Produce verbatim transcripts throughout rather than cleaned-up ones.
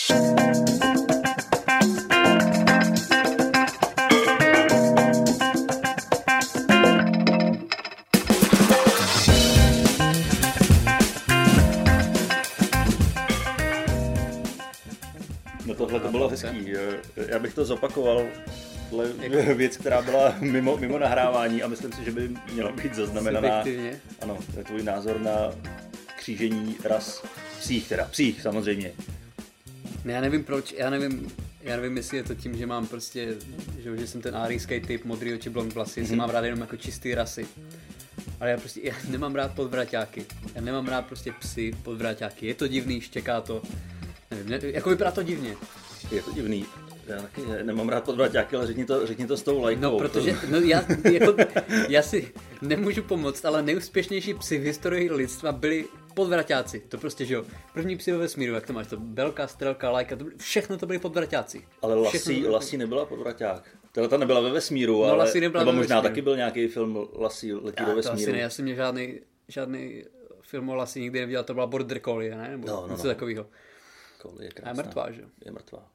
No tohle to bylo hezký. Já bych to zopakoval. Tohle je věc, která byla mimo, mimo nahrávání a myslím si, že by měla být zaznamenaná. Ano, to je tvůj názor na křížení ras psích, teda psích samozřejmě. Ne, já nevím proč, já nevím, já nevím, jestli je to tím, že mám prostě, že, že jsem ten árijský typ, modrý oči, blond vlasy, jestli mm-hmm. mám rád jenom jako čistý rasy. Ale já prostě, já nemám rád podvraťáky. Já nemám rád prostě psy, podvraťáky. Je to divný, štěká to. Nevím, ne, jako vypadá to divně. Je to divný. Já taky nemám rád podvraťáky, ale řekni to, řekni to s tou lajkou. No, protože no, já, jako, já si nemůžu pomoct, ale nejúspěšnější psy v historii lidstva byli podvraťáci. To prostě, že jo. První psy ve vesmíru, jak to máš, to Belka, Strelka, Lajka, to byly, všechno to byly podvraťáci. Ale Lassie, Lassie nebyla podvraťák. Tohle ta nebyla ve vesmíru, no, ale nebo ve možná vesmíru. taky byl nějaký film Lassie letí já, do vesmíru. To asi ne, já jsem mě žádný, žádný film o Lassie nikdy neviděl, to byla Border Collie, ne? Nebo no, no, něco no. takového. Collie je krásná. A je mrtvá, že? Je mrtvá.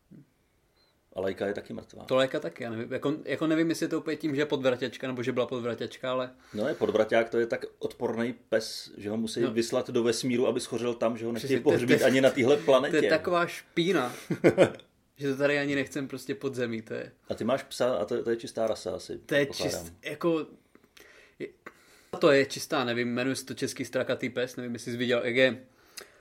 A Lajka je taky mrtvá. To Lajka taky, já nevím. Jako, jako nevím, jestli je to úplně tím, že je podvraťačka, nebo že byla podvraťačka, ale... No je podvraťák, to je tak odporný pes, že ho musí no. vyslat do vesmíru, aby schořel tam, že ho nechtějí pohřbít ani na téhle planetě. To je taková špína, že to tady ani nechcem prostě pod zemí, to je... A ty máš psa a to, to je čistá rasa asi. To je čist, jako... Je, to je čistá, nevím, jmenuje se to český strakatý pes, nevím, jestli jsi viděl, jak je... Uh,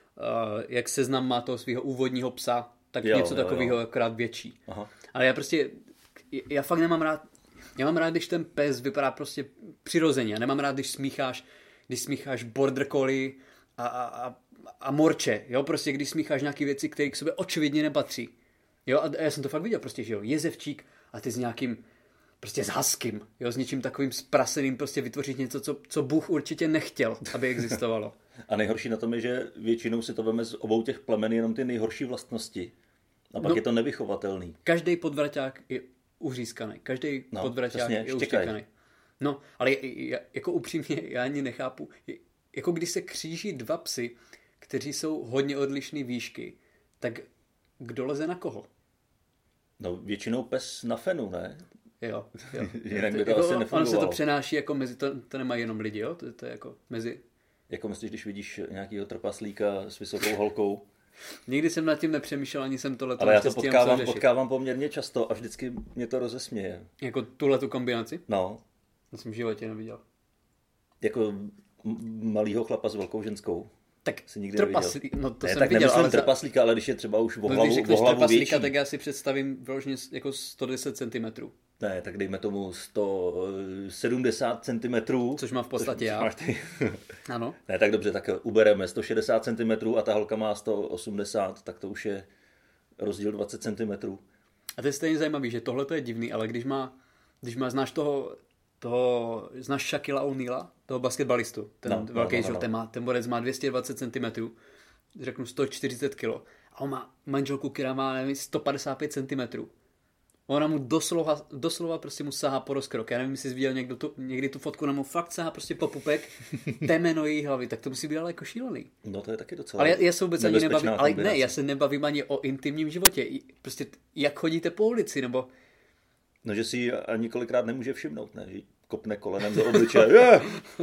jak Seznam má toho svého úvodního psa, tak jo, něco takového akorát větší. Aha. Ale já prostě, já fakt nemám rád, já mám rád, když ten pes vypadá prostě přirozeně. Já nemám rád, když smícháš, když smícháš border collie a, a, a, a morče, jo, prostě když smícháš nějaké věci, které k sobě očividně nepatří. Jo, a já jsem to fakt viděl, prostě, že jo, jezevčík a ty s nějakým, prostě s haskym, jo, s něčím takovým spraseným prostě vytvořit něco, co, co Bůh určitě nechtěl, aby existovalo. A nejhorší na tom je, že většinou si to veme z obou těch plemen jenom ty nejhorší vlastnosti. A pak no, je to nevychovatelný. Každý podvraťák je uřízkaný. Každý no, podvraťák přesně, je uštěkaný. No, ale jako upřímně já ani nechápu. Jako když se kříží dva psy, kteří jsou hodně odlišný výšky, tak kdo leze na koho? No většinou pes na fenu, ne? Jo, jo. Jinak by to jako, asi nefungovalo. Ono se to přenáší jako mezi, to, to nemají jenom lidi, jo? To, to je jako mezi... Jako myslíš, když vidíš nějakýho trpaslíka s vysokou holkou? Nikdy jsem nad tím nepřemýšlel, ani jsem tohle. Ale já to potkávám, potkávám poměrně často a vždycky mě to rozesměje. Jako tuhletu kombinaci? No. To jsem v životě neviděl. Jako malýho chlapa s velkou ženskou. Tak si nikdy trpaslík, no to ne, jsem tak viděl. Ale trpaslíka, ale když je třeba už o hlavu, no, když o hlavu trpaslíka, větší. Tak já si představím vyloženě jako sto deset centimetrů. Ne, tak dejme tomu sto sedmdesát centimetrů. Což má v podstatě já. Máš ty. Ano. Ne, tak dobře, tak ubereme sto šedesát centimetrů a ta holka má sto osmdesát, tak to už je rozdíl dvacet centimetrů. A to je stejně zajímavý, že tohle to je divný, ale když má, když má, znáš toho, toho znáš Shaquilla O'Neala, toho basketbalistu, ten no, velký, no, no, no. Ten, má, ten borec má dvě stě dvacet centimetrů, řeknu sto čtyřicet kilo, a on má manželku, která má, nevím, sto padesát pět centimetrů. Ona mu doslova, doslova prostě mu sahá po rozkrok. Já nevím, jestli jsi viděl někdo tu, někdy tu fotku, ona mu fakt sahá prostě po pupek, temeno její hlavy, tak to musí být ale jako šílený. No to je taky docela ale já, já se vůbec ani nebavím, ale kombinace. ne, já se nebavím ani o intimním životě. Prostě jak chodíte po ulici, nebo... No, že si ani kolikrát nemůže všimnout, ne? Že kopne kolenem do obličeje. Yeah!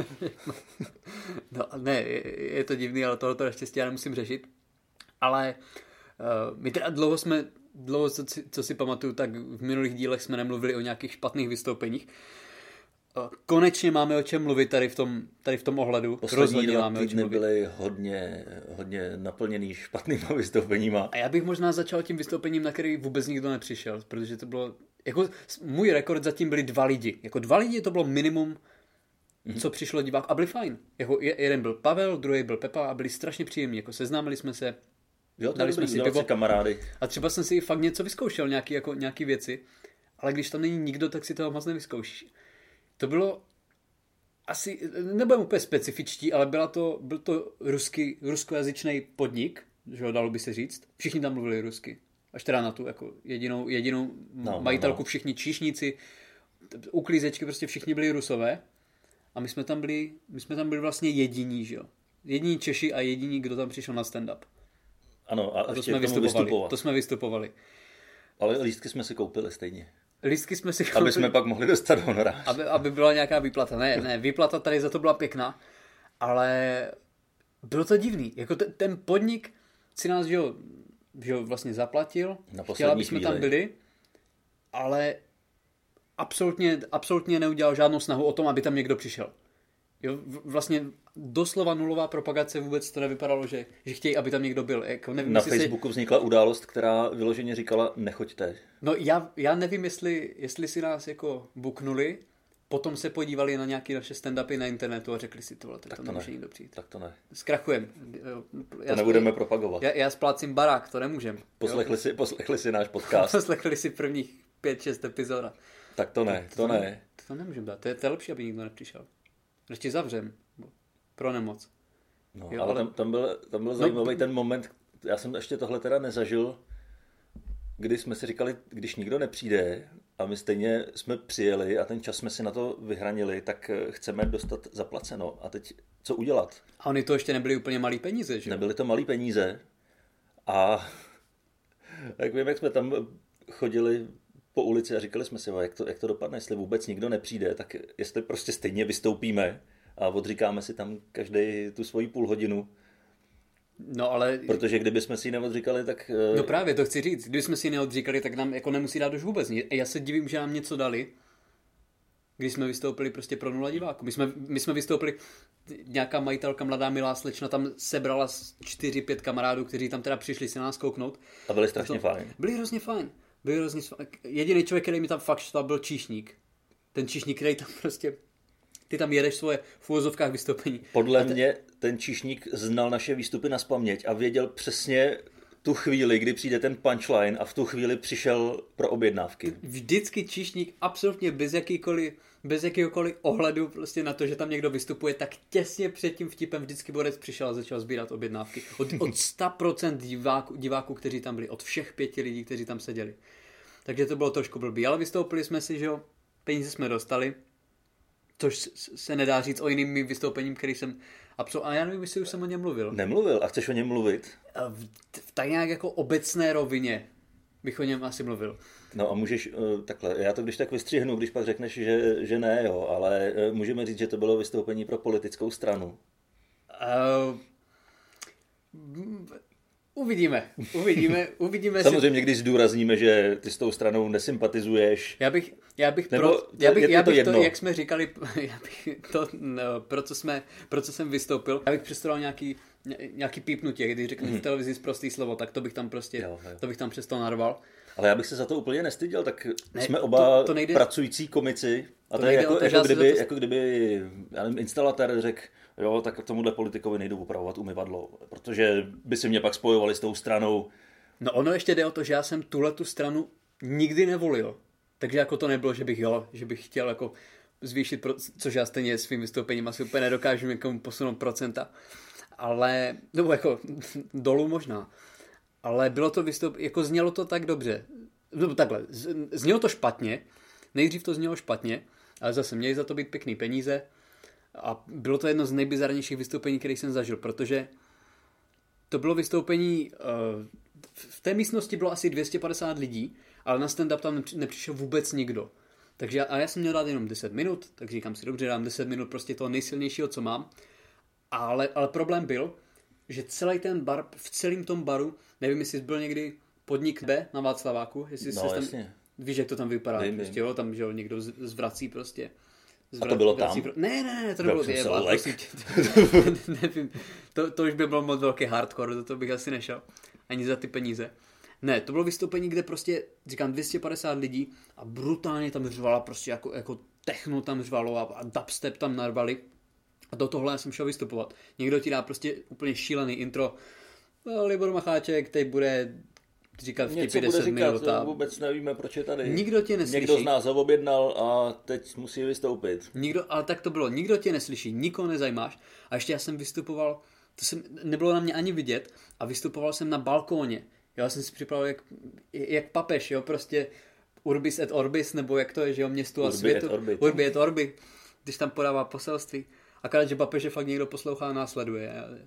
No ne, je, je to divný, ale tohle naštěstí já nemusím řešit. Ale uh, my teda dlouho jsme Dlouho, co, co si pamatuju, tak v minulých dílech jsme nemluvili o nějakých špatných vystoupeních. Konečně máme o čem mluvit tady v tom, tady v tom ohledu. Poslední dva týdny byly hodně, hodně naplněný špatnýma vystoupeníma. A já bych možná začal tím vystoupením, na který vůbec nikdo nepřišel, protože to bylo, jako můj rekord zatím byli dva lidi. Jako dva lidi to bylo minimum, mm-hmm. co přišlo divák a byli fajn. Jako jeden byl Pavel, druhý byl Pepa a byli strašně příjemní. Jako seznámili jsme se. Jo, dali jsme si pivo. Kamarády. A třeba jsem si fakt něco vyzkoušel, nějaký, jako, nějaký věci, ale když tam není nikdo, tak si toho moc nevyzkoušíš. To bylo asi, nebudeme úplně specifičtí, ale byla to, byl to rusky, ruskojazyčný podnik, že ho dalo by se říct. Všichni tam mluvili rusky. Až teda na tu jako jedinou, jedinou no, majitelku, no, no. Všichni číšníci, uklízečky, prostě všichni byli Rusové. A my jsme tam byli, my jsme tam byli vlastně jediní, že jo. Jediní Češi a jediní, kdo tam přišel na stand-up. Ano, a, a to ještě jsme vystupovali. vystupovat. To jsme vystupovali. Ale lístky jsme si koupili stejně. Lístky jsme si koupili. Aby jsme pak mohli dostat honorář. Aby, aby byla nějaká výplata. Ne, ne, výplata tady za to byla pěkná, ale bylo to divný. Jako ten, ten podnik si nás, že jo, že jo, vlastně zaplatil. Chtěl, aby jsme tam byli, ale absolutně, absolutně neudělal žádnou snahu o tom, aby tam někdo přišel. Jo, vlastně doslova nulová propagace, vůbec to nevypadalo, že, že chtějí, aby tam někdo byl. Jako nevím, na Facebooku si... vznikla událost, která vyloženě říkala, nechoďte. No já, já nevím, jestli, jestli si nás jako buknuli, potom se podívali na nějaké naše stand-upy na internetu a řekli si tohle, tak, tak to, to nemůže nikdo přijít. Tak to ne. Zkrachujem. Já to nebudeme spl... propagovat. Já, já splácím barák, to nemůžem. Poslechli si, poslechli si náš podcast. Poslechli si prvních pět, šest epizoda. Tak to ne, to, to ne. ne. To, to nemůžeme dát, to je, to je lepší, aby nikdo nepřišel. Ještě zavřem. Pro nemoc. No, jo, ale, ale tam, tam byl, tam byl zajímavý no, ten moment, já jsem ještě tohle teda nezažil, kdy jsme si říkali, když nikdo nepřijde a my stejně jsme přijeli a ten čas jsme si na to vyhranili, tak chceme dostat zaplaceno. A teď co udělat? A oni to ještě nebyly úplně malý peníze, že? Nebyly to malý peníze a tak vím, jak jsme tam chodili po ulici a říkali jsme si, jak to, jak to dopadne, jestli vůbec nikdo nepřijde, tak jestli prostě stejně vystoupíme a odříkáme si tam každý tu svoji půl hodinu. No ale... Protože kdyby jsme si ji neodříkali, tak... No právě, to chci říct. Kdyby jsme si ji neodříkali, tak nám jako nemusí dát už vůbec nic. Já se divím, že nám něco dali, když jsme vystoupili prostě pro nula diváků. My jsme, my jsme vystoupili, nějaká majitelka, mladá milá slečna, tam sebrala čtyři, pět kamarádů, kteří tam teda přišli si na nás kouknout. A byli strašně to, fajn. Byli hrozně fajn. Byli hrozně fajn. Jediný člověk, který mi tam fakt štal, byl číšník. Ten číšník, který tam prostě... Ty tam jedeš svoje v uvozovkách vystoupení. Podle te... mě ten číšník znal naše výstupy nazpaměť a věděl přesně tu chvíli, kdy přijde ten punchline a v tu chvíli přišel pro objednávky. Vždycky číšník absolutně bez jakýkoliv, bez jakýkoliv ohledu prostě na to, že tam někdo vystupuje, tak těsně před tím vtipem vždycky borec přišel a začal sbírat objednávky. Od, od sto procent diváků, diváků, kteří tam byli, od všech pěti lidí, kteří tam seděli. Takže to bylo trošku blbý, ale vystoupili jsme si, že jo, peníze jsme dostali. Což se nedá říct o jiným mým vystoupením, který jsem absolvoval. A já nevím, jestli už jsem o něm mluvil. Nemluvil a chceš o něm mluvit? V, v tak nějak jako obecné rovině bych o něm asi mluvil. No a můžeš uh, takhle, já to když tak vystřihnu, když pak řekneš, že, že ne, jo, ale uh, můžeme říct, že to bylo vystoupení pro politickou stranu. Uh, Uvidíme, uvidíme, uvidíme. Samozřejmě, když zdůrazníme, že ty s tou stranou nesympatizuješ. Já bych, já bych, pro, já bych, já bych to, to, jak jsme říkali, já bych to, no, pro, co jsme, pro co jsem vystoupil, já bych přestoval nějaký, nějaký pípnutí, když řeknu hmm. v televizi prostý slovo, tak to bych tam prostě, jo, jo. to bych tam přesto narval. Ale já bych se za to úplně nestyděl, tak ne, jsme oba to, to nejde, pracující komici a to, to je jako, to, jako, kdyby, to... jako kdyby já nevím, instalatér řekl, jo, tak tomuhle politikovi nejdu upravovat umyvadlo, protože by si mě pak spojovali s tou stranou. No ono ještě jde o to, že já jsem tuhletu stranu nikdy nevolil. Takže jako to nebylo, že bych jo, že bych chtěl jako zvýšit, pro, což já stejně svým vystoupením asi úplně nedokážu někomu posunout procenta. Ale, nebo jako dolů možná. Ale bylo to vystoupení, jako znělo to tak dobře. No takhle, znělo to špatně. Nejdřív to znělo špatně, ale zase měli za to být pěkný peníze. A bylo to jedno z nejbizarnějších vystoupení, které jsem zažil, protože to bylo vystoupení, v té místnosti bylo asi dvě stě padesát lidí, ale na stand-up tam nepřišel vůbec nikdo. Takže a já jsem měl dát jenom deset minut, tak říkám si, dobře, dám deset minut prostě toho nejsilnějšího, co mám. Ale, ale problém byl, že celý ten bar, v celém tom baru, nevím, jestli byl někdy podnik B na Václaváku, jestli no, se tam, víš, jak to tam vypadá, vím, prostě, jo, tam, že jo, někdo zvrací prostě. Zvrat, a to bylo tam? Pro... Ne, ne, ne, to nebylo vědět. Nevím, to, to už by bylo moc velký hardcore, do toho bych asi nešel. Ani za ty peníze. Ne, to bylo vystoupení, kde prostě, říkám, dvě stě padesát lidí a brutálně tam řvala, prostě jako, jako techno tam řvalo a, a dubstep tam narvali. A do tohle já jsem šel vystupovat. Někdo ti dá prostě úplně šílený intro. No, Libor Macháček, teď bude říkat vtipy deset minut. A vůbec nevíme, proč je tady. Nikdo tě neslyší. Někdo z nás ho objednal a teď musí vystoupit. Nikdo, ale tak to bylo. Nikdo tě neslyší, nikoho nezajímáš. A ještě já jsem vystupoval, to jsem, nebylo na mě ani vidět, a vystupoval jsem na balkóně. Já jsem si připravil jak, jak papež, jo, prostě Urbis et Orbis, nebo jak to je, že jo, městu a Urbi světu. Et Orbi. Urbi et Orbi, když tam podává poselství. Akorát, že papeže fakt někdo poslouchá a následuje. Já,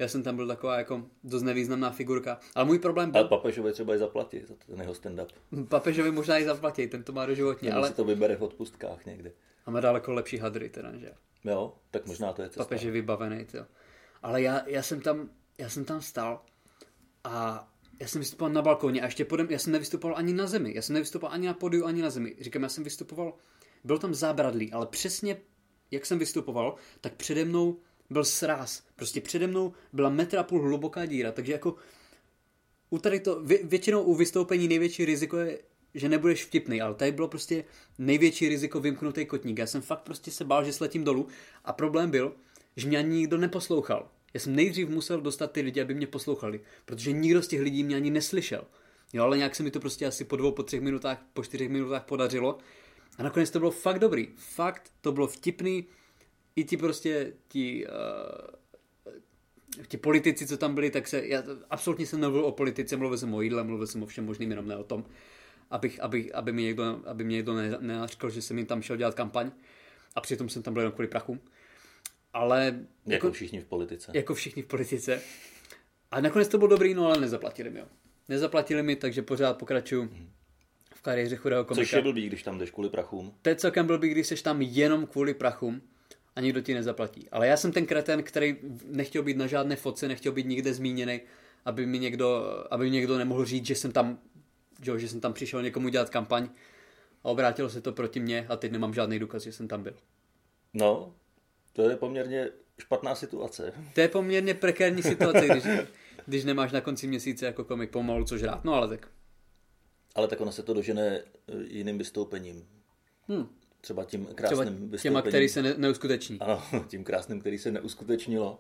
Já jsem tam byl taková jako dost nevýznamná figurka. Ale můj problém byl... Ale papežovi třeba i zaplatí za ten jeho stand-up. Papežovi možná i zaplatí, ten to má doživotně, Nebo ale... si to vybere v odpustkách někde. A má daleko lepší hadry teda, že? Jo, tak možná to je cesta. Papež je vybavený, jo. Ale já, já, jsem tam, já jsem tam stál a já jsem vystupoval na balkóně a ještě podem, já jsem nevystupoval ani na zemi. Já jsem nevystupoval ani na podiu, ani na zemi. Říkám, já jsem vystupoval, byl tam zábradlí, ale přesně jak jsem vystupoval, tak přede mnou byl sráz. Prostě přede mnou byla metr a půl hluboká díra, takže jako u tady to, vě, většinou u vystoupení největší riziko je, že nebudeš vtipný, ale tady bylo prostě největší riziko vymknutý kotník. Já jsem fakt prostě se bál, že sletím dolů a problém byl, že mě ani nikdo neposlouchal. Já jsem nejdřív musel dostat ty lidi, aby mě poslouchali, protože nikdo z těch lidí mě ani neslyšel. Jo, ale nějak se mi to prostě asi po dvou, po třech minutách, po čtyřech minutách podařilo a nakonec to bylo fakt dobrý. Fakt to bylo vtipný. I ti prostě, ti, uh, ti politici, co tam byli, tak se, já absolutně jsem nemluvil o politice, mluvil jsem o jídle, mluvil jsem o všem možným, jenom ne o tom. Abych, abych, aby mi někdo, aby mě někdo nenařkl, že jsem jim tam šel dělat kampaň a přitom jsem tam byl jen kvůli prachům. Ale... Jako, jako všichni v politice. Jako všichni v politice. A nakonec to bylo dobrý, no ale nezaplatili mi jo. Nezaplatili mi, takže pořád pokračuju v kariéře chudého komika. Což je blbý, když tam jdeš kvůli prachům. To je celkem blbý, když seš tam jenom kvůli prachům a nikdo ti nezaplatí. Ale já jsem ten kreten, který nechtěl být na žádné fotce, nechtěl být nikde zmíněný, aby mi někdo, aby mi někdo nemohl říct, že jsem tam Jo, že jsem tam přišel někomu dělat kampaň a obrátilo se to proti mně a teď nemám žádný důkaz, že jsem tam byl. No, to je poměrně špatná situace. To je poměrně prekérní situace, když, když nemáš na konci měsíce jako komik pomalu co žrát, no ale tak. Ale tak ono se to dožene jiným vystoupením. Hmm. Třeba tím krásným Třeba vystoupením. Těma, který se ne, neuskuteční. Ano, tím krásným, který se neuskutečnilo.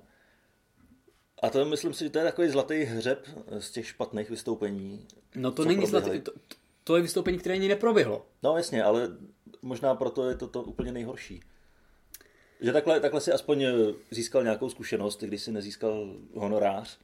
A to myslím si, že to je takový zlatý hřeb z těch špatných vystoupení. No to není zlatý, to, to je vystoupení, které ani neproběhlo. No jasně, ale možná proto je to, to úplně nejhorší. Že takhle, takhle si aspoň získal nějakou zkušenost, když si nezískal honorář.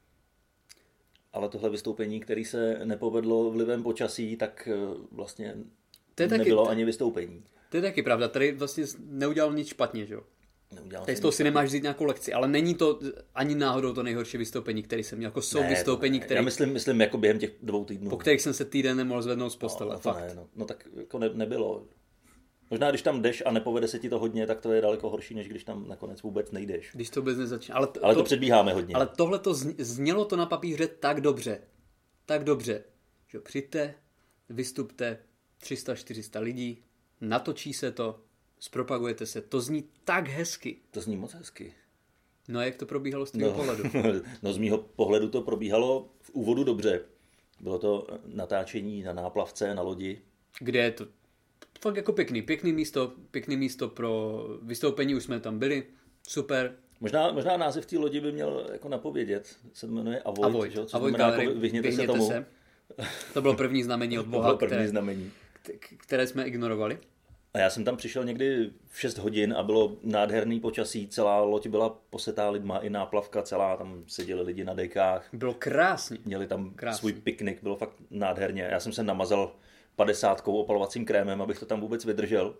Ale tohle vystoupení, které se nepovedlo vlivem počasí, tak vlastně to je nebylo taky, ani vystoupení. To je taky pravda, tady vlastně neudělal nic špatně, že jo? Teď z toho si nemáš vzít nějakou lekci, ale není to ani náhodou to nejhorší vystoupení, který jsem měl. Jako jsou ne, vystoupení, které... Já myslím, myslím jako během těch dvou týdnů. Po kterých jsem se týden nemohl zvednout z postele. No, fakt. Ne, no. no tak jako ne, nebylo. Možná když tam jdeš a nepovede se ti to hodně, tak to je daleko horší, než když tam nakonec vůbec nejdeš. Když to vůbec nezačne. Ale, to, ale to, to předbíháme hodně. Ale tohle to znělo to na papíře tak dobře. Tak dobře. Že přijďte, vystupte, tři sta čtyři sta lidí, natočí se to, zpropagujete se. To zní tak hezky. To zní moc hezky. No a jak to probíhalo z tvého no, pohledu? No z mýho pohledu to probíhalo v úvodu dobře. Bylo to natáčení na náplavce, na lodi. Kde je to fakt jako pěkný. Pěkný místo, pěkný místo pro vystoupení, už jsme tam byli. Super. Možná, možná název té lodi by měl jako napovědět. Se jmenuje Avoid. Avoid, že? Co Avoid znamená, Gallery, jako vyhněte, vyhněte se tomu. Se. To bylo první znamení od Boha, to bylo první které, znamení. které jsme ignorovali. A já jsem tam přišel někdy v šest hodin a bylo nádherný počasí, celá loď byla posetá lidma, i náplavka celá, tam seděli lidi na dekách. Bylo krásně. Měli tam krásně. Svůj piknik, bylo fakt nádherně. Já jsem se namazal padesátkou opalovacím krémem, abych to tam vůbec vydržel.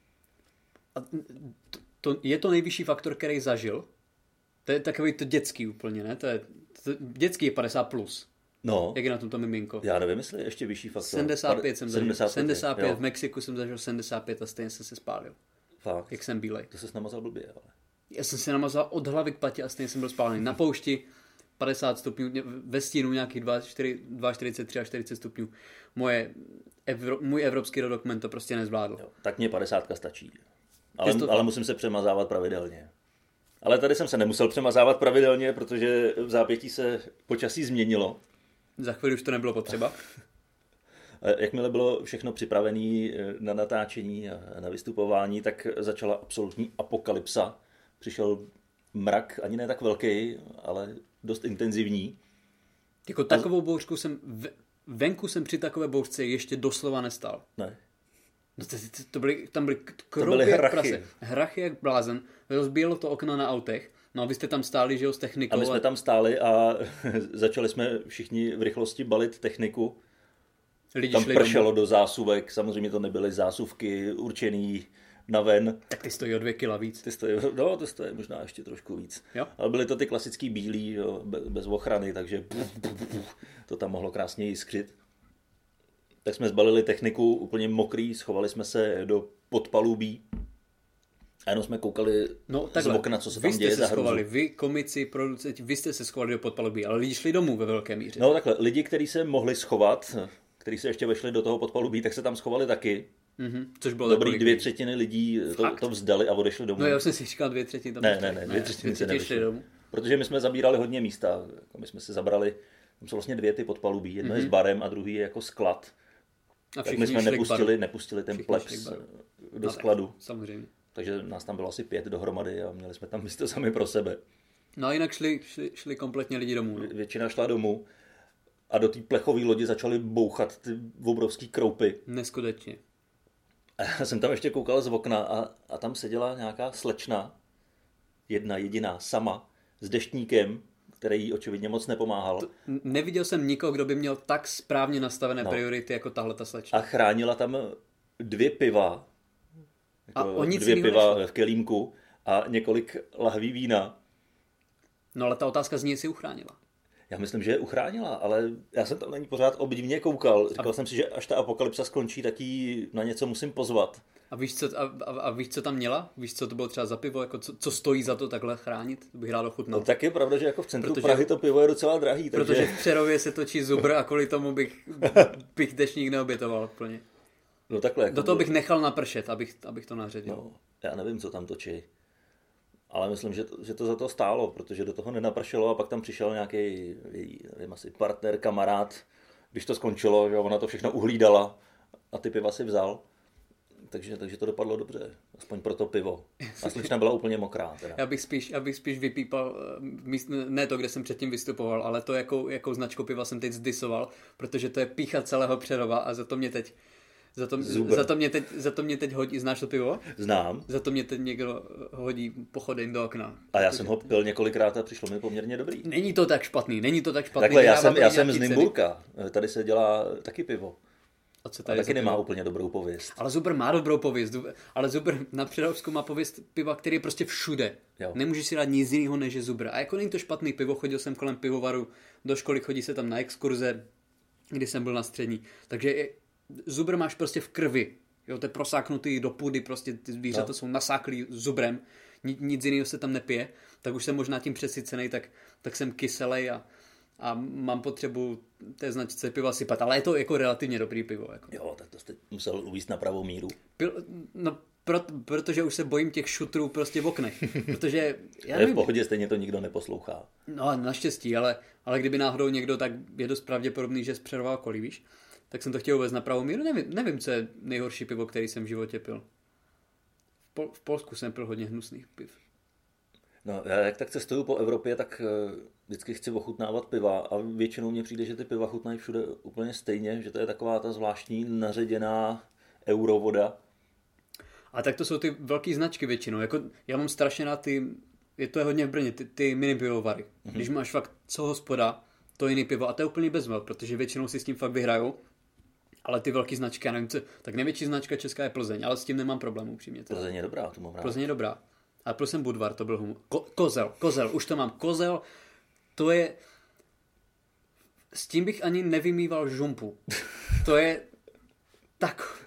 A to, to, je to nejvyšší faktor, který zažil? To je takový to dětský úplně, ne? To je, to, dětský je padesát plus. No. Jak je na tom to miminko? Já nevím, jestli je ještě vyšší faktor. sedmdesát pět jsem zažil. sedmdesát pět, sedmdesát pět v Mexiku jsem zažil sedmdesát pět a stejně jsem se spálil. Fakt? Jak jsem bílej. To ses namazal blbě, ale. Já jsem se namazal od hlavy k patě a stejně jsem byl spálený. Na poušti padesát stupňů, ve stínu nějakých čtyřicet tři až čtyřicet stupňů. Moje, evro, můj evropský dokument to prostě nezvládl. Jo, tak mě padesátka stačí. Ale, to... ale musím se přemazávat pravidelně. Ale tady jsem se nemusel přemazávat pravidelně, protože v zápětí se počasí změnilo. Za chvíli už to nebylo potřeba. Jakmile bylo všechno připravené na natáčení a na vystupování, tak začala absolutní apokalypsa. Přišel mrak, ani ne tak velký, ale dost intenzivní. Jako takovou bouřku jsem, venku jsem při takové bouřce ještě doslova nestál. Ne. No to, to, to byly, tam byly krouby jak prase. Hrachy jak blázen. Rozbíjelo to okna na autech. No a vy jste tam stáli, že jo, s technikou. A my jsme tam stáli a začali jsme všichni v rychlosti balit techniku. Lidi tam šli pršelo domů. Do zásuvek, samozřejmě to nebyly zásuvky určený na ven. Tak ty stojí o dvě kila víc. Ty stojí, no, to stojí možná ještě trošku víc. Jo? Ale byly to ty klasický bílý, jo, bez ochrany, takže to tam mohlo krásně jiskřit. Tak jsme zbalili techniku úplně mokrý, schovali jsme se do podpalubí a jenom jsme koukali no, z okna, co se tam děje za hrůzu. Vy, komici, producenti, vy jste se schovali do podpalubí, ale lidi šli domů ve velké míře. No takhle, lidi, kteří se mohli schovat, kteří se ještě vešli do toho podpalubí, tak se tam schovali taky. Mm-hmm, což bylo dobrý dvě třetiny lidí to, to vzdali a odešli domů. No já jsem si říkal dvě třetiny. Ne, ne, ne, dvě třetiny se nevyšly. Protože my jsme zabírali hodně místa. My jsme si zabrali, tam jsou vlastně dvě ty podpalubí. Jedno mm-hmm. je s barem a druhý je jako sklad. A tak my jsme nepustili, nepustili ten všichni plebs do no, skladu. Tak, samozřejmě. Takže nás tam bylo asi pět dohromady a měli jsme tam místo sami pro sebe. No a jinak šli, šli, šli kompletně lidi domů. No. Většina šla domů a do té plechové lodi začaly bouchat ty obrovský kroupy. Neskutečně. A já jsem tam ještě koukal z okna a, a tam seděla nějaká slečna, jedna jediná, sama, s deštníkem, který jí očividně moc nepomáhal. To, neviděl jsem nikoho, kdo by měl tak správně nastavené no. priority jako tahle ta slečna. A chránila tam dvě piva, jako a o nic dvě piva nešlo. V kelímku a několik lahví vína. No ale ta otázka z ní si uchránila. Já myslím, že je uchránila, ale já jsem tam na ní pořád obdivně koukal. Říkal a... jsem si, že až ta apokalypsa skončí, tak jí na něco musím pozvat. A víš, co, a, a, a víš, co tam měla? Víš, co to bylo třeba za pivo? Jako co, co stojí za to takhle chránit? To bych rád ochutnal. No tak je pravda, že jako v centru protože, Prahy to pivo je docela drahý. Takže... Protože v Přerově se točí Zubr a kvůli tomu bych, bych dešník neobětoval plně. No takhle. Jako do toho bych nechal napršet, abych, abych to naředil. No, já nevím, co tam točí. Ale myslím, že to, že to za to stálo, protože do toho nenapršelo a pak tam přišel nějaký, nevím, asi partner, kamarád, když to skončilo, že ona to všechno uhlídala a ty piva si vzal. Takže, takže to dopadlo dobře, aspoň pro to pivo. A slečna byla úplně mokrá. Teda. Já bych spíš, já bych spíš vypípal, ne to, kde jsem předtím vystupoval, ale to, jakou, jakou značku piva jsem teď zdisoval, protože to je pícha celého Přerova a za to mě teď Za to, za, to mě teď, za to mě teď hodí, znáš to pivo? Znám. Za to mě teď někdo hodí pochodeň do okna. A já jsem ho pil několikrát a přišlo mi poměrně dobrý. Není to tak špatný, není to tak špatný. Takhle, já jsem, já jsem z Nymburka, tady se dělá taky pivo. A, co tady a taky nemá pivo? Úplně dobrou pověst. Ale Zubr má dobrou pověst, ale Zubr na Přerovsku má pověst piva, který je prostě všude. Jo. Nemůžeš si dát nic jiného než je Zubr. A jako není to špatný pivo, chodil jsem kolem pivovaru do školy, chodí se tam na exkurze, kdy jsem byl na střední. Takže je, Zubr máš prostě v krvi. Jo, to je prosáknutý do půdy, prostě ty zvířata no. jsou nasáklý zubrem, nic, nic jiného se tam nepije, tak už jsem možná tím přesycený, tak, tak jsem kyselej a, a mám potřebu té značce piva sypat, ale je to jako relativně dobrý pivo. Jako. Jo, tak to jste musel uvíct na pravou míru. Pil, no, pro, protože už se bojím těch šutrů prostě v oknech, protože já nevím, v pohodě stejně to nikdo neposlouchá. No, naštěstí, ale, ale kdyby náhodou někdo, tak je dost pravděpodobný, že z Přerova okolí, víš? Tak jsem to chtěl uvést na pravou míru. Nevím, nevím, co je nejhorší pivo, který jsem v životě pil. V, Pol- v Polsku jsem pil hodně hnusných piv. No, já jak tak cestuju po Evropě, tak uh, vždycky chci ochutnávat piva a většinou mně přijde, že ty piva chutnají všude úplně stejně, že to je taková ta zvláštní naředěná eurovoda. A tak to jsou ty velké značky většinou. Jako, já mám strašně rád ty, je to je hodně v Brně, ty, ty mini pivovary. Mm-hmm. Když máš fakt co hospoda, to jiný pivo a to je úplně bezvel, protože většinou si s tím fakt vyhrajou. Ale ty velké značky, já nevím co, tak největší značka česká je Plzeň, ale s tím nemám problém upřímně. Plzeň je dobrá, to mám rád. Plzeň je dobrá. Ale byl jsem Budvar, to byl humor. Ko- kozel, kozel, už to mám. Kozel, to je... S tím bych ani nevymýval žumpu. To je tak...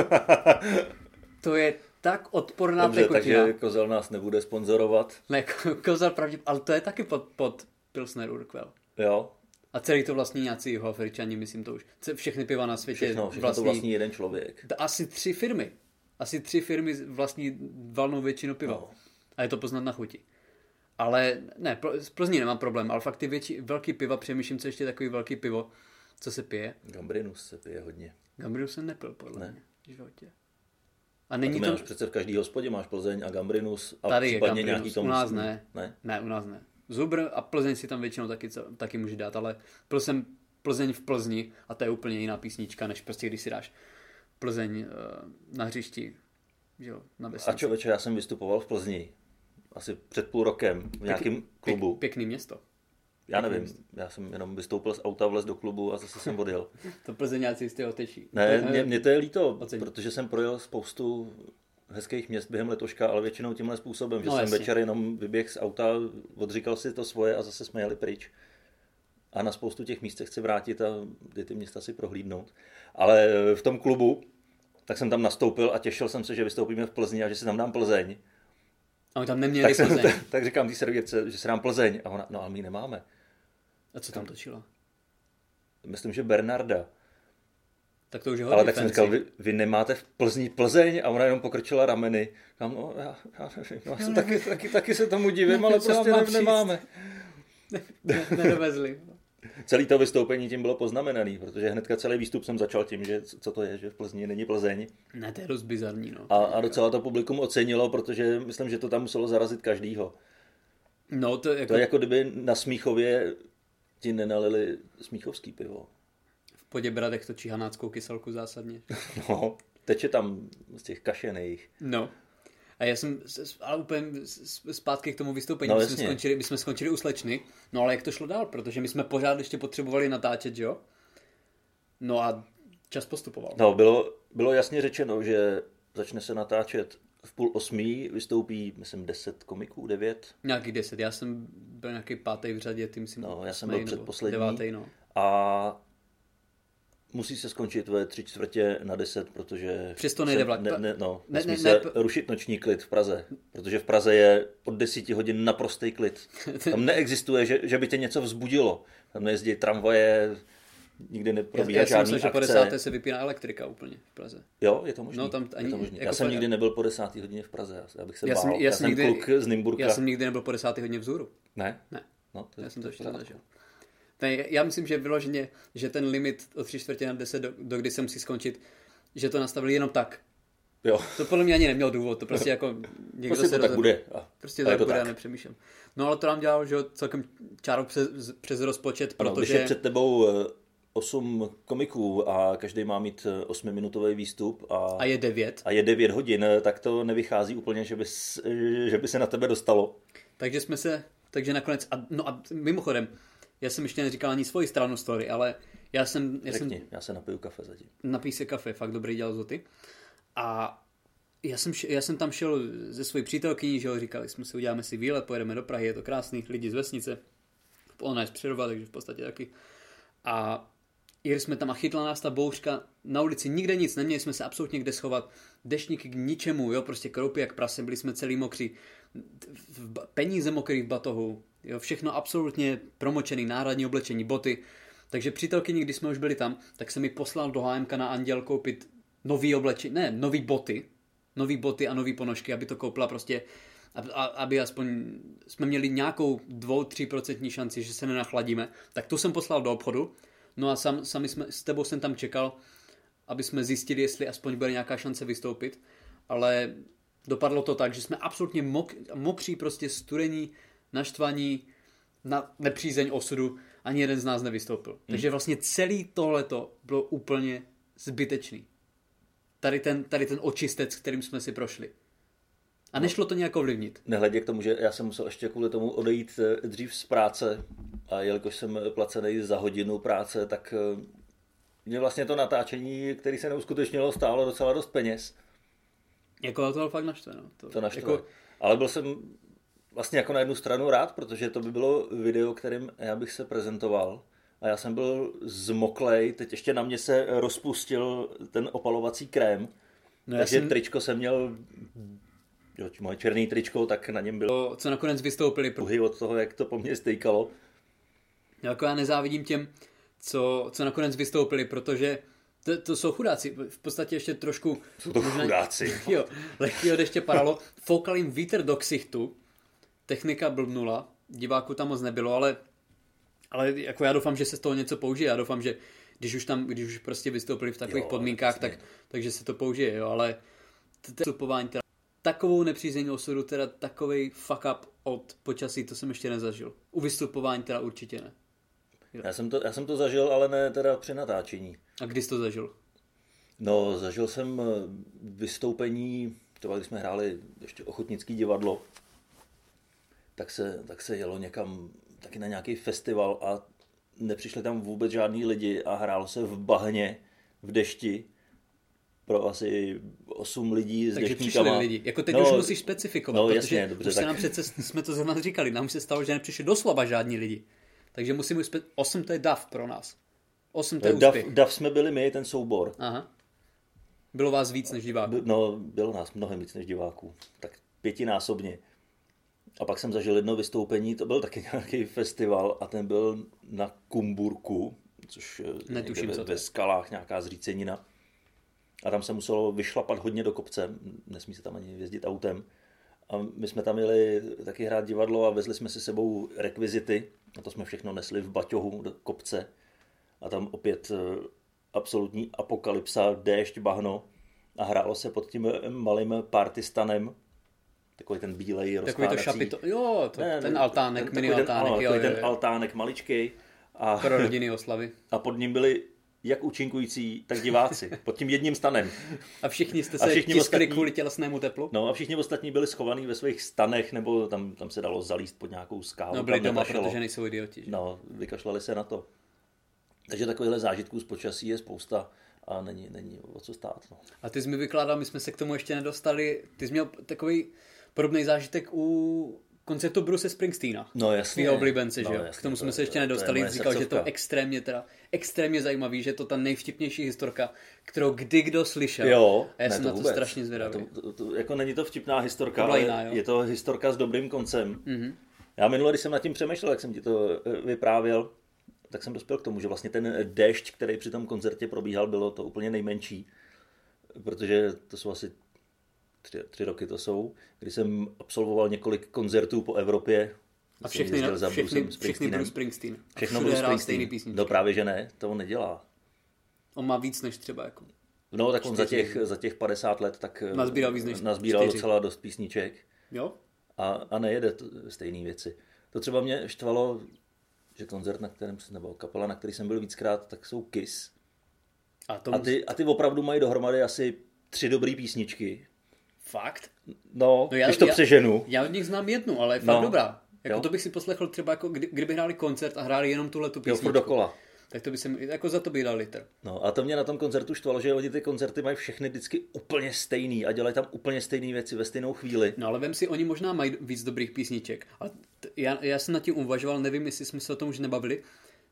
to je tak odporná Dobře, tekutina. takže kozel nás nebude sponzorovat. Ne, kozel pravděpodobně, ale to je taky pod, pod Pilsner Urquell. Jo. A celý to vlastní nějací Jihoafričani, myslím to už. Všechny piva na světě všechno, všechno vlastní, to vlastní jeden člověk. Asi tři firmy. Asi tři firmy vlastní valnou většinu piva. No. A je to poznat na chuti. Ale ne, z Plzní nemám problém, ale fakt ty větší, velký piva, přemýšlím, co ještě takový velký pivo, co se pije. Gambrinus se pije hodně. Gambrinus jsem nepil, podle ne. mě. V životě. A není a to... Máš přece v každý hospodě máš Plzeň a Gambrinus a tady případně je nějaký tomu. U nás ne. ne. Ne, u nás ne. Zubr a Plzeň si tam většinou taky, taky může dát, ale pil jsem Plzeň v Plzni a to je úplně jiná písnička, než prostě když si dáš Plzeň na hřišti, jo, na vesnici. A člověče, já jsem vystupoval v Plzni asi před půl rokem v nějakém Pěk, klubu. Pěk, pěkný město. Já nevím, město. Já jsem jenom vystoupil z auta, vlez do klubu a zase jsem odjel. To Plzeňáci jistě oteší. Ne, mě, mě to je líto, Ocení. Protože jsem projel spoustu hezkých měst během letoška, ale většinou tímhle způsobem, že no, jsem jasně. večer jenom vyběh z auta, odříkal si to svoje a zase jsme jeli pryč. A na spoustu těch míst se chci vrátit a ty, ty města si prohlídnout. Ale v tom klubu, tak jsem tam nastoupil a těšil jsem se, že vystoupíme v Plzni a že si tam dám Plzeň. A my tam neměli tak Plzeň. Jsem, tak, tak říkám té servírce, že si dám Plzeň. A ona, no ale my ji nemáme. A co tam točila? Myslím, že Bernarda. Tak to už je hodně. Ale tak fancy. Jsem říkal, vy, vy nemáte v Plzni Plzeň? A ona jenom pokrčila rameny. Říkám, no já, já nevím, já jsem taky, taky, taky se tomu divím, ale prostě ne, nemáme. Ne, nedovezli. Celé to vystoupení tím bylo poznamenaný, protože hnedka celý výstup jsem začal tím, že co to je, že v Plzni není Plzeň. Ne, to je dost bizarní. No. A, a docela to publikum ocenilo, protože myslím, že to tam muselo zarazit každýho. No, to, jako... to je jako kdyby na Smíchově ti nenalili smíchovský pivo. V Poděbradech točí hanáckou kyselku zásadně. No, teče tam z těch kašených. No. A já jsem, ale úplně zpátky k tomu vystoupení, no, my, jsme skončili, my jsme skončili u slečny, no ale jak to šlo dál, protože my jsme pořád ještě potřebovali natáčet, jo? No a čas postupoval. No, bylo, bylo jasně řečeno, že začne se natáčet v půl osmí, vystoupí, myslím, deset komiků, devět. Nějaký deset, já jsem byl nějaký pátý v řadě, ty myslím, no, já jsem byl předposlední. Devátý, no. A musí se skončit ve tři čtvrtě na deset, protože... Přesto nejde vlak. Ne, ne, no, ne, nesmí ne, se ne, rušit noční klid v Praze, protože v Praze je od deseti hodin naprostý klid. Tam neexistuje, že, že by tě něco vzbudilo. Tam nejezdí tramvaje, nikdy neprobíhá žádný akce. Já si myslím, že po desáté se vypíná elektrika úplně v Praze. Jo, je to možný. No, tam ani, je to možný. Jako já jsem nikdy nebyl po desáté hodině v Praze, já bych se já bál. Jsem, já, já jsem jsem nikdy, kluk z Nymburka. Já jsem nikdy nebyl po desáté hodině v Zůru. Ne? Ne. No, to já jsem to ještě pořádku. nezažil. Ne, já myslím, že vyloženě, že ten limit od tři čtvrtě na deset, do, do kdy se musí skončit, že to nastavili jenom tak. Jo. To podle mě ani neměl důvod, to prostě jako někdo prostě se to tak bude. A prostě tak to bude, tak. já nepřemýšlím. No ale to nám dělalo, že celkem čárou přes, přes rozpočet, ano, protože... Když je před tebou osm komiků a každý má mít osmiminutový výstup a, a je devět. A je devět hodin, tak to nevychází úplně, že by, že by se na tebe dostalo. Takže jsme se, takže nakonec, a, no a mimochodem, já jsem ještě neříkal ani svoji stranu story, ale já jsem... Já, Řekni, jsem, já se napiju kafe zatím. Napij se kafe, fakt dobrý dělal zoty. A já jsem, já jsem tam šel ze svojí přítelkyní, že jo, říkali jsme si, uděláme si výlet, pojedeme do Prahy, je to krásný, lidi z vesnice. Ona je z Přerova, takže v podstatě taky. A jeli jsme tam a chytla nás ta bouřka na ulici, nikde nic, neměli jsme se absolutně kde schovat, deštníky k ničemu, jo, prostě kroupy jak prase, byli jsme celý mokří, peníze mokrý v batohu, jo, všechno absolutně promočený, náhradní oblečení, boty. Takže přítelkyni, když jsme už byli tam, tak se mi poslal do há emka na Anděl koupit nový oblečení, ne, nový boty, nový boty a nový ponožky, aby to koupila prostě, aby aspoň jsme měli nějakou dvou, tři procentní šanci, že se nenachladíme. Tak tu jsem poslal do obchodu. No a sam, sami jsme, s tebou jsem tam čekal, aby jsme zjistili, jestli aspoň bude nějaká šance vystoupit, ale dopadlo to tak, že jsme absolutně mok, mokří, prostě studení, naštvaní, na nepřízeň osudu, ani jeden z nás nevystoupil. Hmm. Takže vlastně celý tohleto bylo úplně zbytečný. Tady ten, tady ten očistec, kterým jsme si prošli. A nešlo to nějak ovlivnit. Nehledě k tomu, že já jsem musel ještě kvůli tomu odejít dřív z práce a jelikož jsem placený za hodinu práce, tak mě vlastně to natáčení, které se neuskutečnilo, stálo docela dost peněz. Jako to fakt naštve, no. To, to naštve. Jako... Ale byl jsem vlastně jako na jednu stranu rád, protože to by bylo video, kterým já bych se prezentoval. A já jsem byl zmoklej, teď ještě na mě se rozpustil ten opalovací krém. No takže jsem... tričko jsem měl... Jo, moje černý tričko, tak na něm bylo... Co nakonec vystoupili. Pruhy od toho, jak to po mně stejkalo. Jako já nezávidím těm, co, co nakonec vystoupili, protože to, to jsou chudáci. V podstatě ještě trošku... Jsou to možná, chudáci. Jo, lehkýho deště paralo. Foukal jim vítr do ksichtu. Technika blbnula. Diváků tam moc nebylo, ale, ale jako já doufám, že se z toho něco použije. Já doufám, že když už tam, když už prostě vystoupili v takových jo, podmínkách, tak, takže se to použije, jo, ale vystupování teda takovou nepřízeň osudu, teda takovej fuck up od počasí, to jsem ještě nezažil. U vystupování teda určitě ne. Já jsem, to, já jsem to zažil, ale ne teda při natáčení. A kdy jsi to zažil? No, zažil jsem vystoupení, třeba když jsme hráli ještě Ochotnický divadlo, tak se, tak se jelo někam, taky na nějaký festival a nepřišli tam vůbec žádný lidi a hrálo se v bahně, v dešti pro asi osm lidí s Takže deštníkama. přišli lidi. Jako teď no, už musíš specifikovat, no, protože jasně, dobře, už se tak... nám přece, jsme to zrovna říkali, nám se stalo, že nepřišli doslova žádní lidi. Takže musíme už spe... osm to je dav pro nás. osm to je dav, úspěch. dav jsme byli my, ten soubor. Aha. Bylo vás víc než diváků? No, bylo nás mnohem víc než diváků. Tak pětinásobně. A pak jsem zažil jedno vystoupení, to byl taky nějaký festival a ten byl na Kumburku, což Netuším, ve, co to ve je. skalách nějaká zřícenina. A tam se muselo vyšlapat hodně do kopce, nesmí se tam ani jezdit autem. A my jsme tam jeli taky hrát divadlo a vezli jsme si sebou rekvizity. A to jsme všechno nesli v baťohu do kopce. A tam opět absolutní apokalypsa, déšť, bahno. A hrálo se pod tím malým partystanem. Takový ten bílej rozkládací. Takový to šapito, jo, to, ne, ten altánek, ten, mini ten, altánek. ano, jo, ten jo, jo. altánek maličkej. A, Pro rodinný oslavy. A pod ním byli jak účinkující, tak diváci. Pod tím jedním stanem. A všichni jste se všichni tiskli ostatní, kvůli tělesnému teplu? No a všichni ostatní byli schovaní ve svých stanech, nebo tam, tam se dalo zalíst pod nějakou skálu. No byli doma, nepršelo. protože nejsou idioti. Že? No, vykašlali se na to. Takže takovýchhle zážitků z počasí je spousta a není, není o co stát. No. A ty jsi mi vykládal, my jsme se k tomu ještě nedostali, ty jsi měl takový podobný zážitek u koncertu Bruce Springsteena. No jasně. Tvýho oblíbence, no, že jo? Jasně, K tomu jsme to, se ještě to, nedostali. To Jsi říkal, že to je extrémně, teda, extrémně zajímavý, že je to ta nejvtipnější historka, kterou kdy kdo slyšel. Jo, a já ne, jsem to na to vůbec. strašně zvědavý. To, to, to, jako není to vtipná historka, to ale jiná, je to historka s dobrým koncem. Mm-hmm. Já minule, když jsem nad tím přemýšlel, jak jsem ti to vyprávěl, tak jsem dospěl k tomu, že vlastně ten déšť, který při tom koncertě probíhal, bylo to úplně nejmenší. Protože to jsou asi tři, tři roky to jsou, kdy jsem absolvoval několik koncertů po Evropě. A všechny, na, za všechny, všechny Bruce Springsteen. Všechno Bruce Springsteen. No právě, že ne, to on nedělá. On má víc než třeba jako... No tak on za těch, za těch padesát let tak nazbíral, víc než nazbíral docela dost písniček. Jo? A, a nejede to, stejné věci. To třeba mě štvalo, že koncert, na kterém, nebo kapela, na který jsem byl víckrát, tak jsou Kiss. A, tomu... a, ty, a ty opravdu mají dohromady asi tři dobrý písničky. Fakt? No, no já, když to já, přeženu. Já od nich znám jednu, ale je fakt no. dobrá. Jako Jo. to bych si poslechl třeba, jako kdy, kdyby hráli koncert a hráli jenom tuhle tu písničku. Jo, furt dokola. Tak to by se, jako za to by dal litr. No a to mě na tom koncertu štvalo, že oni ty koncerty mají všechny vždycky úplně stejný a dělají tam úplně stejné věci ve stejnou chvíli. No ale vem si, oni možná mají víc dobrých písniček. Ale t- já, já jsem nad tím uvažoval, nevím, jestli jsme se o tom už nebavili.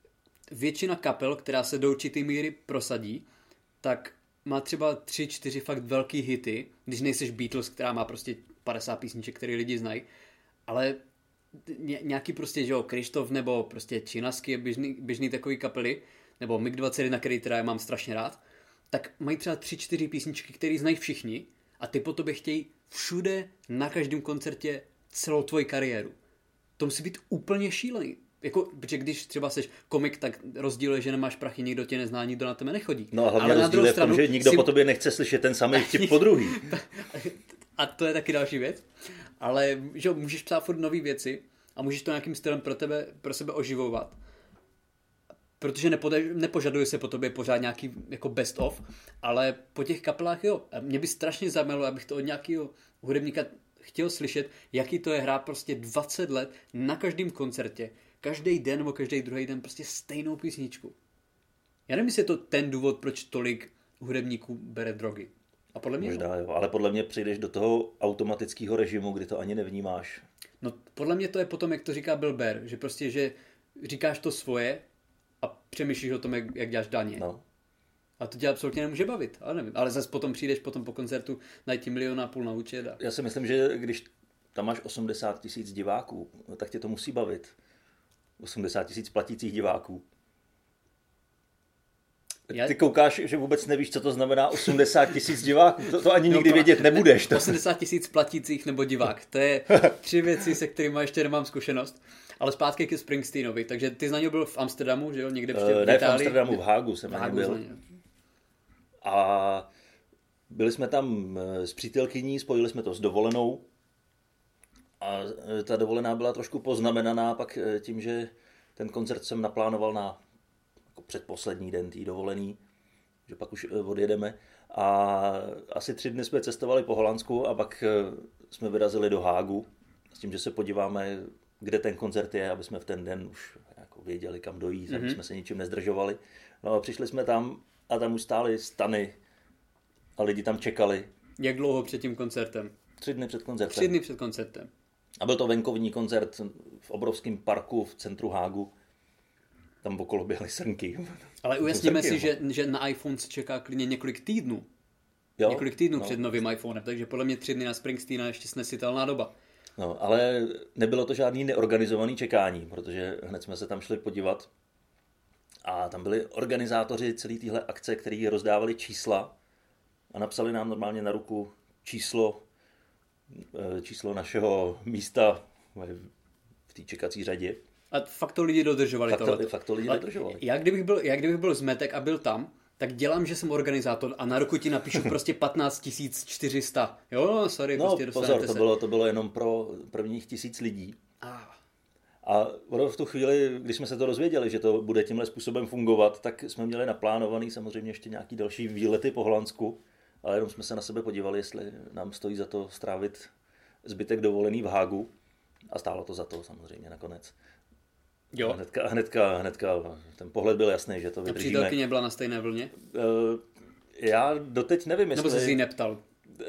Většina kapel, která se do určitý míry prosadí, tak má třeba tři, čtyři fakt velký hity, když nejseš Beatles, která má prostě padesát písniček, které lidi znají, ale ně, nějaký prostě, že jo, Krištof nebo prostě Činasky je běžný, běžný takový kapely, nebo mig dvacet jedna, který teda já mám strašně rád, tak mají třeba tři, čtyři písničky, které znají všichni a ty po tobě chtějí všude, na každém koncertě celou tvoji kariéru. To musí být úplně šílený. Jako, protože když třeba seš komik, tak rozdíl je, že nemáš prachy, nikdo tě nezná, nikdo na tebe nechodí. No a hlavně rozdíl je v tom, že nikdo si... po tobě nechce slyšet ten samý vtip po druhý. A to je taky další věc. Ale že můžeš psát furt nové věci a můžeš to nějakým stylem pro tebe, pro sebe oživovat. Protože nepode, nepožaduje se po tobě pořád nějaký jako best of, ale po těch kapelách jo. A mě by strašně zajímalo, abych to od nějakého hudebníka chtěl slyšet, jaký to je hrát prostě dvacet let na každém koncertě, každý den nebo každý druhý den prostě stejnou písničku. Já nevím, jestli je to ten důvod, proč tolik hudebníků bere drogy. A podle mě možná jo, ale podle mě přijdeš do toho automatického režimu, kdy to ani nevnímáš. No podle mě to je potom, jak to říká Bill Burr, že prostě, že říkáš to svoje a přemýšlíš o tom, jak, jak děláš daně. No. A to tě absolutně nemůže bavit, ale nevím. Ale zase potom přijdeš potom po koncertu, najít ti milion a půl na účet. A... Já si myslím, že když tam máš osmdesát tisíc diváků, tak tě to musí bavit. osmdesát tisíc platících diváků. Já... Ty koukáš, že vůbec nevíš, co to znamená osmdesát tisíc diváků. To, to ani no, nikdy vědět nebudeš. To... osmdesát tisíc platících nebo divák. To je tři věci, se kterými ještě nemám zkušenost. Ale zpátky ke Springsteenovi. Takže ty jsi na něj byl v Amsterdamu, že jo? Někde v, uh, v Ne v Amsterdamu, v Hágu jsem v na něj byl. A byli jsme tam s přítelkyní, spojili jsme to s dovolenou. A ta dovolená byla trošku poznamenaná pak tím, že ten koncert jsem naplánoval na jako předposlední den té dovolený, že pak už odjedeme. A asi tři dny jsme cestovali po Holandsku a pak jsme vyrazili do Hágu s tím, že se podíváme, kde ten koncert je, aby jsme v ten den už jako věděli, kam dojít, mm-hmm. aby jsme se ničím nezdržovali. No a přišli jsme tam a tam už stály stany a lidi tam čekali. Jak dlouho před tím koncertem? Tři dny před koncertem. Tři dny před koncertem. A byl to venkovní koncert v obrovském parku v centru Hágu. Tam okolo běhly srnky. Ale ujasněme si, že, že na iPhone se čeká klidně několik týdnů. Jo? Několik týdnů no. před novým iPhonem, takže podle mě tři dny na Springsteena ještě snesitelná doba. No, ale nebylo to žádný neorganizovaný čekání, protože hned jsme se tam šli podívat a tam byli organizátoři celé téhle akce, kteří rozdávali čísla a napsali nám normálně na ruku číslo, číslo našeho místa v té čekací řadě. A fakt to lidi dodržovali. Fakt to, fakt to lidi dodržovali. Já kdybych, byl, já kdybych byl zmetek a byl tam, tak dělám, že jsem organizátor a na ruku ti napíšu prostě patnáct tisíc čtyři sta. Jo, sorry, no, prostě dostanete pozor, to se. bylo, to bylo jenom pro prvních tisíc lidí. Ah. A v tu chvíli, když jsme se to dozvěděli, že to bude tímhle způsobem fungovat, tak jsme měli naplánovaný samozřejmě ještě nějaký další výlety po Holandsku, ale jenom jsme se na sebe podívali, jestli nám stojí za to strávit zbytek dovolený v Hágu. A stálo to za to samozřejmě nakonec. Jo. Hnedka, hnedka, hnedka, ten pohled byl jasný, že to vydržíme. A přítelkyně byla na stejné vlně? Uh, já doteď nevím, jestli... Nebo jsi jí neptal?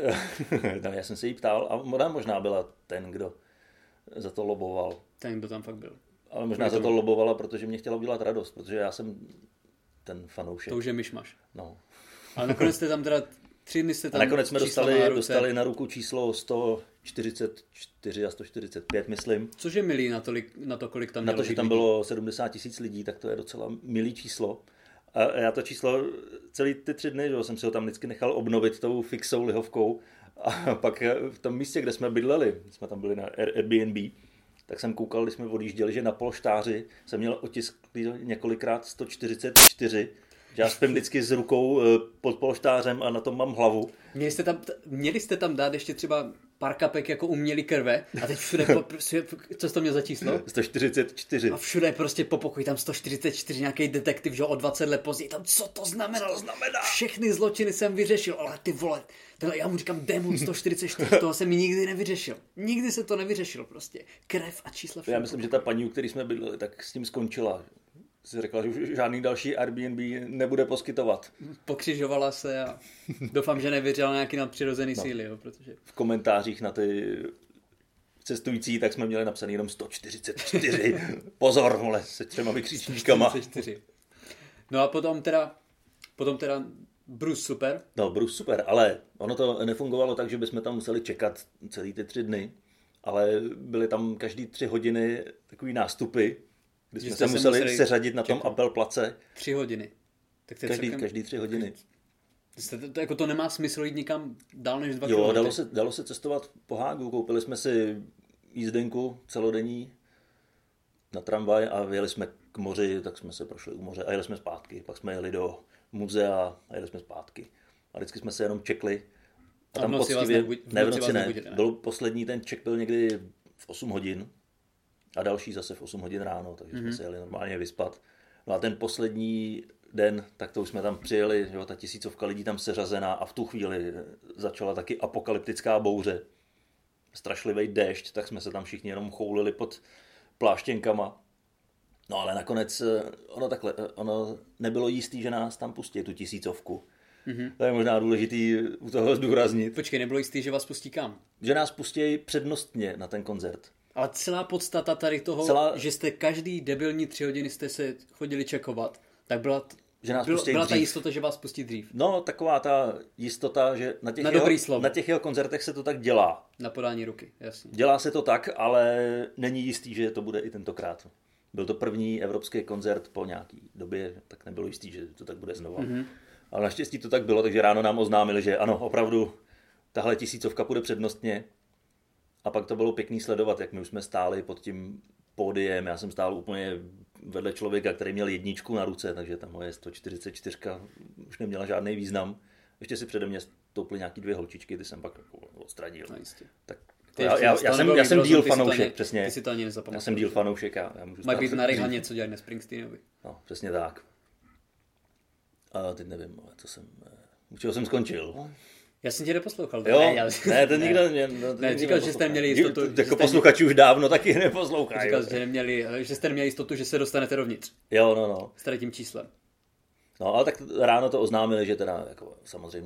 No, já jsem se jí ptal a ona možná byla ten, kdo za to loboval. Ten, kdo tam fakt byl. Ale možná za to lobovala, protože mě chtěla udělat radost, protože já jsem ten fanoušek. To už je myšmaš. No. Ale nakonec jste tam teda... Tři dny jste tam a nakonec jsme dostali na, dostali na ruku číslo sto čtyřicet čtyři a sto čtyřicet pět, myslím. Což je milý na, tolik, na to, kolik tam Na mělo to, že tam bylo sedmdesát tisíc lidí, tak to je docela milý číslo. A já to číslo celý ty tři dny, že jsem si ho tam vždycky nechal obnovit tou fixou lihovkou. A pak v tom místě, kde jsme bydleli, jsme tam byli na Airbnb, tak jsem koukal, když jsme odjížděli, že na polštáři jsem měl otisk několikrát sto čtyřicet čtyři. Já spím vždycky s rukou pod polštářem a na tom mám hlavu. Měli jste tam, měli jste tam dát ještě třeba pár kapek jako umělý krve a teď všude, po, co jsi to měl za číslo? sto čtyřicet čtyři. A všude prostě po pokoji tam sto čtyřicet čtyři, nějaký detektiv, že o dvacet let později, tam co to znamená? Co to znamená? Všechny zločiny jsem vyřešil, ale ty vole, teda já mu říkám démon sto čtyřicet čtyři, toho jsem mi nikdy nevyřešil. Nikdy se to nevyřešil prostě. Krev a čísla všude. Já myslím, že ta paní, u který jsme bydleli, tak s tím skončila. Si řekla, že už žádný další Airbnb nebude poskytovat. Pokřižovala se a doufám, že nevěřila nějaký nadpřirozený no. síly, jo, protože... V komentářích na ty cestující, tak jsme měli napsaný jenom sto čtyřicet čtyři. Pozor, vole, se třema vykřičníkama. sto čtyřicet čtyři. No a potom teda, potom teda Bruce super. No, Bruce super, ale ono to nefungovalo tak, že bychom tam museli čekat celý ty tři dny, ale byly tam každý tři hodiny takový nástupy, kdy jsme se museli, museli seřadit na tom čekat. Apple place. Tři hodiny. Tak každý, celkem... každý tři hodiny. To, to, jako to nemá smysl jít nikam dál než dva jo, kilometry. dalo se, dalo se cestovat po Hágu. Koupili jsme si jízdenku celodenní na tramvaj a jeli jsme k moři, tak jsme se prošli u moře a jeli jsme zpátky. Pak jsme jeli do muzea a jeli jsme zpátky. A vždycky jsme se jenom čekli. A, a tam poctivě... Ne, v noci ne. ne. Byl poslední ten ček byl někdy v osm hodin. A další zase v osm hodin ráno, takže mm-hmm. jsme se jeli normálně vyspat. No a ten poslední den, tak to už jsme tam přijeli, jo, ta tisícovka lidí tam seřazená a v tu chvíli začala taky apokalyptická bouře. Strašlivý déšť, tak jsme se tam všichni jenom choulili pod pláštěnkama. No ale nakonec ono takhle, ono nebylo jistý, že nás tam pustí, tu tisícovku. Mm-hmm. To je možná důležitý u toho zdůraznit. Počkej, nebylo jistý, že vás pustí kam? Že nás pustí přednostně na ten koncert. Ale celá podstata tady toho, celá... že jste každý debilní tři hodiny jste se chodili čekovat, tak byla, že nás byla, byla ta jistota, že vás pustí dřív. No, taková ta jistota, že na těch, na jeho, na těch jeho koncertech se to tak dělá. Na podání ruky, jasně. Dělá se to tak, ale není jistý, že to bude i tentokrát. Byl to první evropský koncert po nějaký době, tak nebylo jistý, že to tak bude znova. Mm-hmm. Ale naštěstí to tak bylo, takže ráno nám oznámili, že ano, opravdu tahle tisícovka půjde přednostně. A pak to bylo pěkný sledovat, jak my už jsme stáli pod tím pódiem. Já jsem stál úplně vedle člověka, který měl jedničku na ruce, takže ta moje sto čtyřicet čtyři už neměla žádný význam. Ještě si přede mě stouply nějaký dvě holčičky, ty jsem pak odstranil. No jistě. Tak já, já, já, jsem, já jsem díl fanoušek, ani, přesně. Ty si to ani nezapamatuj. Já jsem díl fanoušek. Já, já můžu Mají být na Rejhaně, co dělají na Springsteenovi. No, přesně tak. A teď nevím, co jsem, u čeho jsem skončil. Já jsem tě neposlouchal. Jo, ne, já... ne, to nikdo ne, no, ne, říkal, že jste měli jistotu. Jako jste posluchači už dávno taky neposlouchají. Říkal, že, neměli, že jste neměli jistotu, že se dostanete dovnitř. Jo, no, no. S tady tím číslem. No, ale tak ráno to oznámili, že teda jako, samozřejmě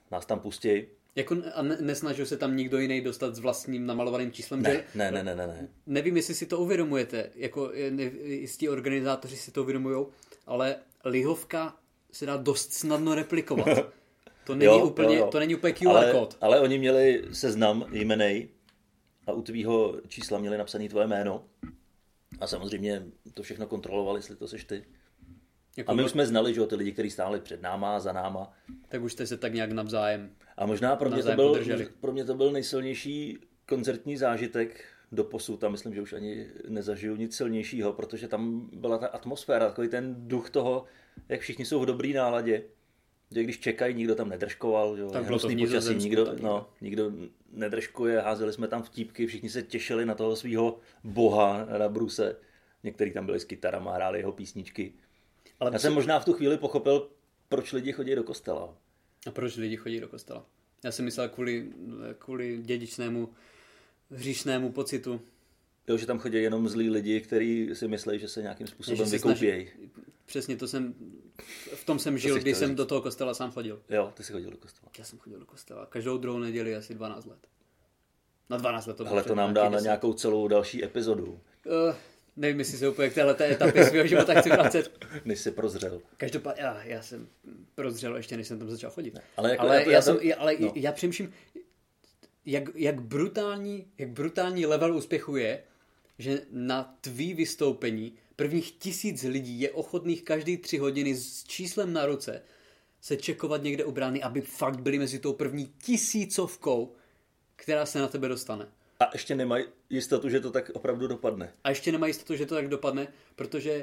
nás tam pustí. Jako, a ne, nesnažil se tam nikdo jiný dostat s vlastním namalovaným číslem? Ne, že? ne, ne, ne, ne, ne. Nevím, jestli si to uvědomujete, jako ne, jistí organizátoři si to uvědomujou, ale lihovka se dá dost snadno replikovat. To není, jo, úplně, jo, jo. To není úplně Q R ale, kód. Ale oni měli seznam jmenej a u tvýho čísla měli napsané tvoje jméno. A samozřejmě to všechno kontrolovali, jestli to seš ty. Jako a my už jsme znali, že jo, ty lidi, kteří stáli před náma, za náma. Tak už jste se tak nějak navzájem A možná pro mě, to byl, pro mě to byl nejsilnější koncertní zážitek doposud. A myslím, že už ani nezažiju nic silnějšího, protože tam byla ta atmosféra, takový ten duch toho, jak všichni jsou v dobrý náladě. Že když čekají, nikdo tam nedržkoval, jo, tak bylo to počasí, nikdo, no, nikdo nedržkuje, házeli jsme tam vtípky, všichni se těšili na toho svého boha na bruse. Někteří tam byli s kytarama, hráli jeho písničky. Ale já jsem možná v tu chvíli pochopil, proč lidi chodí do kostela. A proč lidi chodí do kostela? Já jsem myslel kvůli, kvůli dědičnému hříšnému pocitu. Jo, že tam chodí jenom zlí lidi, kteří si myslí, že se nějakým způsobem vykoupějí. Přesně, to jsem, v tom jsem žil, když jsem říct. do toho kostela sám chodil. Jo, ty jsi chodil do kostela. Já jsem chodil do kostela. Každou druhou neděli asi dvanáct let. Na dvanáct let to bylo. Ale to nám dá na nějakou celou další epizodu. Uh, nevím, jestli se úplně k téhleté etapy svého života chci vracet. Než jsi prozřel. Každopádně, já, já jsem prozřel ještě, než jsem tam začal chodit. Ne, ale jako, ale jako, já, já, jsem, tam, já, ale no. já přemýšlím, jak, jak, brutální, jak brutální level úspěchu je, že na tvý vystoupení prvních tisíc lidí je ochotných každý tři hodiny s číslem na ruce se čekovat někde u brány, aby fakt byli mezi tou první tisícovkou, která se na tebe dostane. A ještě nemají jistotu, že to tak opravdu dopadne. A ještě nemají jistotu, že to tak dopadne, protože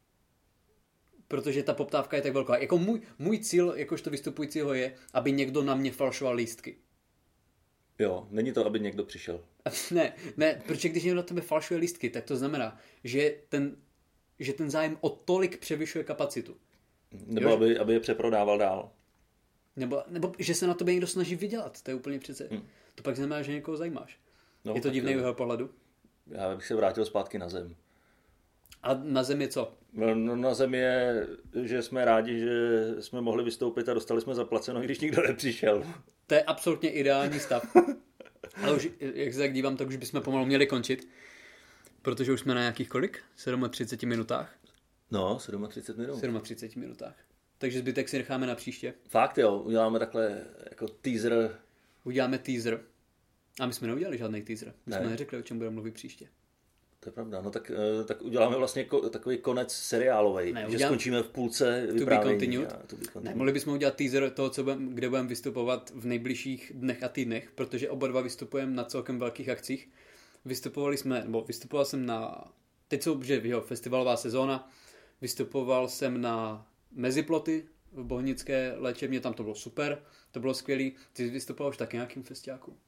protože ta poptávka je tak velká. Jako můj, můj cíl, jakožto vystupujícího je, aby někdo na mě falšoval lístky. Jo, není to, aby někdo přišel. Ne, ne, protože když někdo na tebe falšuje lístky, tak to znamená, že ten, že ten zájem o tolik převyšuje kapacitu. Nebo jo, aby, aby je přeprodával dál. Nebo, nebo že se na tobě někdo snaží vydělat. To je úplně přece. Hmm. To pak znamená, že někoho zajímáš. No, je to divný v jeho pohledu? Já bych se vrátil zpátky na zem. A na zem je co? No, na zem je, že jsme rádi, že jsme mohli vystoupit a dostali jsme zaplaceno, když nikdo nepřišel. To je absolutně ideální stav. Ale už, jak se tak dívám, tak už bychom pomalu měli končit. Protože už jsme na nějakých kolik? třicet sedm minutách? No, třicet sedm minut. třicet sedm minutách. Takže zbytek si necháme na příště. Fakt jo, uděláme takhle jako teaser. Uděláme teaser. A my jsme neudělali žádný teaser. My ne. jsme neřekli, o čem budeme mluvit příště. To je pravda. No tak, tak uděláme vlastně ko, takový konec seriálovej. Ne, že skončíme v půlce vyprávění. Ne, mohli bychom udělat teaser toho, co budem, kde budeme vystupovat v nejbližších dnech a týdnech, protože oba dva vystupujeme na celkem velkých akcích. Vystupovali jsme, nebo vystupoval jsem na, teď jsou, že jo, festivalová sezóna, vystupoval jsem na Meziploty v Bohnické léčebně, tam to bylo super, to bylo skvělý. Ty vystupoval už taky nějakým festiáku?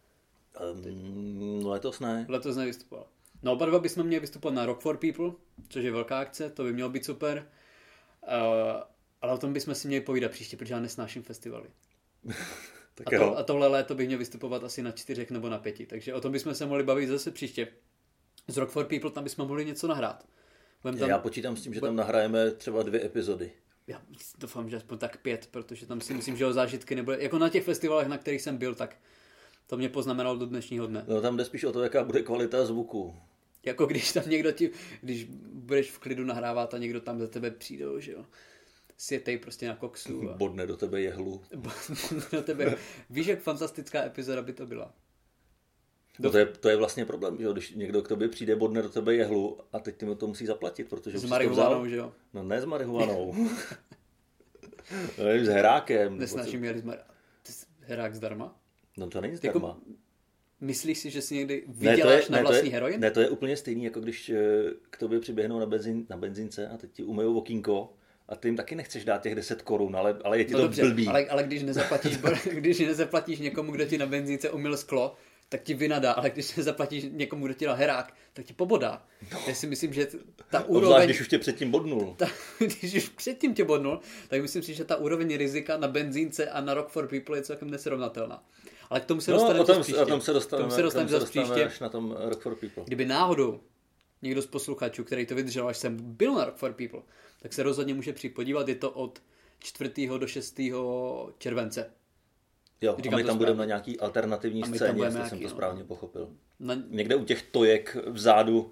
Um, letos ne. Letos nevystupoval. No oba dva bychom měli vystupovat na Rock for People, což je velká akce, to by mělo být super. Uh, ale o tom bychom si měli povídat příště, protože já nesnáším festivaly. Tak a, to, a tohle léto bych měl vystupovat asi na čtyřech nebo na pěti, takže o tom bychom se mohli bavit zase příště. Z Rock for People tam bychom mohli něco nahrát. Tam, já počítám s tím, že tam nahrajeme třeba dvě epizody. Já doufám, že aspoň tak pět, protože tam si myslím, že o zážitky nebude. Jako na těch festivalech, na kterých jsem byl, tak to mě poznamenalo do dnešního dne. No tam jde spíš o to, jaká bude kvalita zvuku. Jako když tam někdo ti, když budeš v klidu nahrávat a někdo tam za tebe přijde, že jo. Sjetej prostě na koksu. A... Bodne do tebe jehlu. Bodne do tebe. Víš, jak fantastická epizoda by to byla. No to, je, to je vlastně problém, že jo? Když někdo k tobě přijde, bodne do tebe jehlu a teď ty mu to musí zaplatit, protože... S marihuanou, že jo? No ne s marihuanou. No, s herákem. Nesnáším jeli s marihuanou. Ty jsi herák zdarma? No to není zdarma. Jako, myslíš si, že si někdy vyděláš ne, na ne, vlastní je, heroin? Ne, to je úplně stejný, jako když k tobě přiběhnou na, benzín, na benzínce a teď ti umyjou okýnko a ty jim taky nechceš dát těch deset korun, ale, ale je ti no to dobře, blbý. Ale, ale když, nezaplatíš, když nezaplatíš někomu, kdo ti na benzínce umyl sklo, tak ti vynadá, ale když nezaplatíš někomu, kdo ti dal herák, tak ti pobodá. No. Já si myslím, že ta úroveň... Obzvlášť, když už tě předtím bodnul. Ta, když už předtím tě bodnul, tak myslím si, že ta úroveň rizika na benzínce a na Rock for People je celkem nesrovnatelná. Ale k tomu se no, dostaneme zase příště. O tom se dostaneme, se dostaneme se příště. Až na tom Rock for People. Kdyby náhodou někdo z posluchačů, který to vydržel, až jsem byl na Rock for People, tak se rozhodně může přijít podívat. Je to od čtvrtého do šestého července. Jo, Říkám a my tam budeme na nějaký alternativní scéně, jestli nějaký, jsem to no. správně pochopil. Na... Někde u těch tojek vzadu.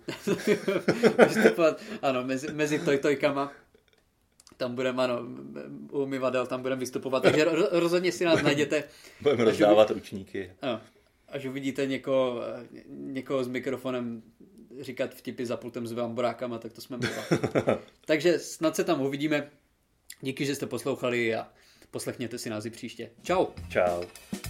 Ano, mezi, mezi toj-tojkama. Tam budeme, ano, u umyvadel, tam budeme vystupovat, takže ro, rozhodně si nás najděte. Budeme rozdávat uvidí... ručníky. Ano, až uvidíte někoho, někoho s mikrofonem říkat vtipy za pultem s bramborákama, tak to jsme my. Takže snad se tam uvidíme. Díky, že jste poslouchali a poslechněte si nás i příště. Čau. Čau.